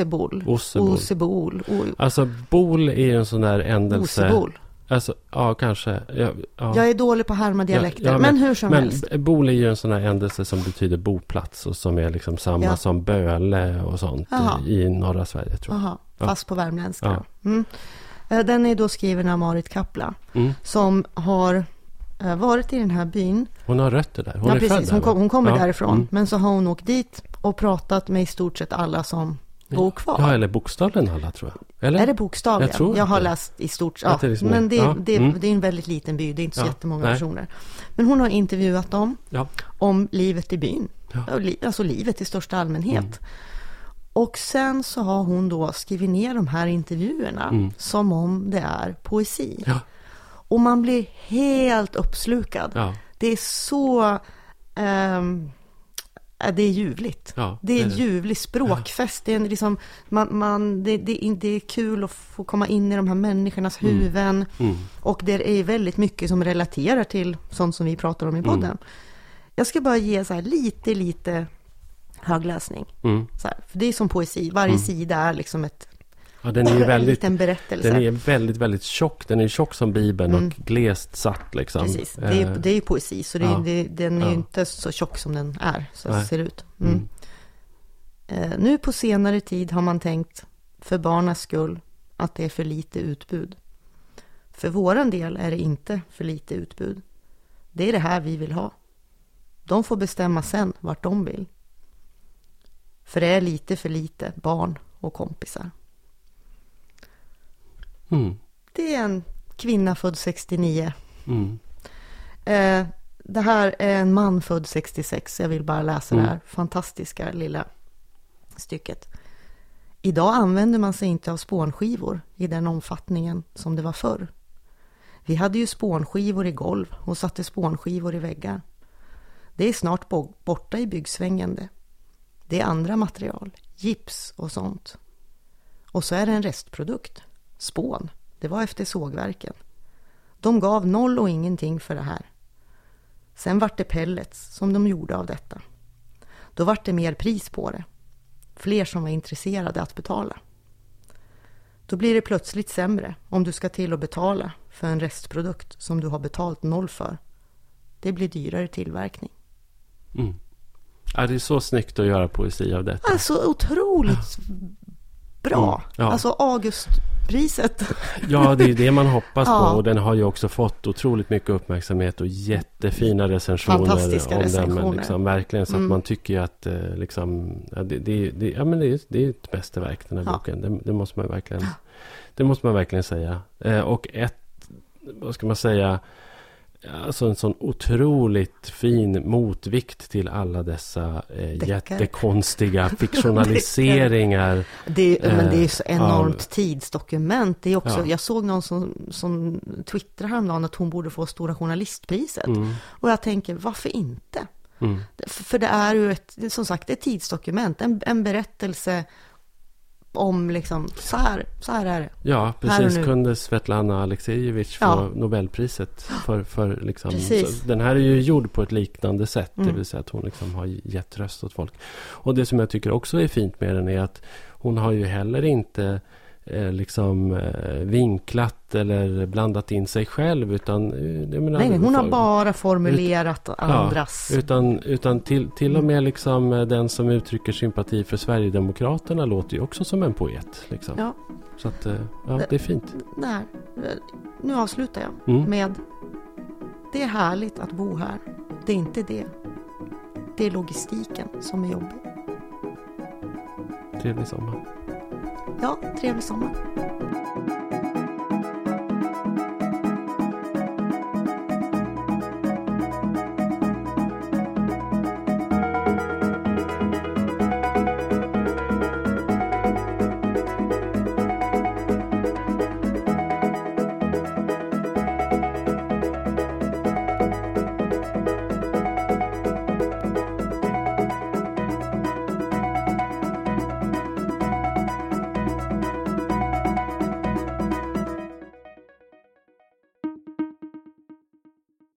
Alltså bol är en sån där ändelse.
Ossebol.
Alltså, ja, kanske. Ja.
Jag är dålig på att härma dialekter, men hur som helst.
Bol är ju en sån här ändelse som betyder boplats och som är liksom samma som Böle och sånt i norra Sverige, tror jag.
Fast på värmländska. Den är då skriven av Marit Kapla, som har varit i den här byn.
Hon har rötter där. Hon är precis.
Född där, hon kommer därifrån. Men så har hon åkt dit och pratat med i stort sett alla som bor kvar.
Ja, eller bokstavligen alla, tror jag. Eller?
Är det bokstavligen? Jag har läst i stort sett. Ja, liksom men det är en väldigt liten by. Det är inte så jättemånga personer. Men hon har intervjuat dem om livet i byn. Alltså livet i största allmänhet. Och sen så har hon då skrivit ner de här intervjuerna som om det är poesi. Ja. Och man blir helt uppslukad. Ja. Det är så... det är ljuvligt. Ja, det är en ljuvlig språkfest. Det är liksom, det är kul att få komma in i de här människornas huvuden. Och det är väldigt mycket som relaterar till sånt som vi pratar om i podden. Jag ska bara ge så här lite högläsning. Så här, för det är som poesi. Varje sida är liksom
den är ju
en liten berättelse.
Den är väldigt, väldigt tjock. Den är tjock som Bibeln och glest satt liksom.
Precis, det är ju poesi. Så den är ju inte så tjock som den är. Så det ser ut. Nu på senare tid har man tänkt för barnas skull att det är för lite utbud. För våran del är det inte för lite utbud. Det är det här vi vill ha. De får bestämma sen vart de vill. För det är lite för lite barn och kompisar. Det är en kvinna född 69. Det här är en man född 66. Jag vill bara läsa det här fantastiska lilla stycket. Idag använder man sig inte av spånskivor i den omfattningen som det var förr. Vi hade ju spånskivor i golv och satte spånskivor i väggar. Det är snart borta i byggsvängande. Det är andra material, gips och sånt. Och så är det en restprodukt. Spån, det var efter sågverken. De gav 0 och ingenting för det här. Sen vart det pellets som de gjorde av detta. Då vart det mer pris på det. Fler som var intresserade att betala. Då blir det plötsligt sämre om du ska till att betala för en restprodukt som du har betalt 0 för. Det blir dyrare tillverkning.
Ja, det är så snyggt att göra poesi av detta.
Alltså otroligt bra. Alltså Augustpriset.
Ja, det är det man hoppas på. Och den har ju också fått otroligt mycket uppmärksamhet och jättefina recensioner.
Fantastiska recensioner.
Den, liksom, verkligen, så att man tycker att liksom, det är ett mästerverk, den här boken. Det måste man verkligen säga. Och vad ska man säga, alltså en sån otroligt fin motvikt till alla dessa jättekonstiga fiktionaliseringar.
Men det är ju så enormt tidsdokument. Det är också, jag såg någon som twittrade häromdagen att hon borde få Stora journalistpriset. Och jag tänker, varför inte? För det är ju som sagt ett tidsdokument, en berättelse om liksom, så här är det.
Ja, precis. Kunde Svetlana Aleksejevich få Nobelpriset för liksom, den här är ju gjord på ett liknande sätt, det vill säga att hon liksom har gett röst åt folk. Och det som jag tycker också är fint med den är att hon har ju heller inte vinklat eller blandat in sig själv, utan
nej, hon har bara formulerat andras.
Utan till och med liksom den som uttrycker sympati för Sverigedemokraterna låter ju också som en poet liksom. Ja. Så att det är fint.
Där. Nu avslutar jag med: det är härligt att bo här. Det är inte det. Det är logistiken som är jobbig.
Trevlig sommar.
Ja, trevlig sommar.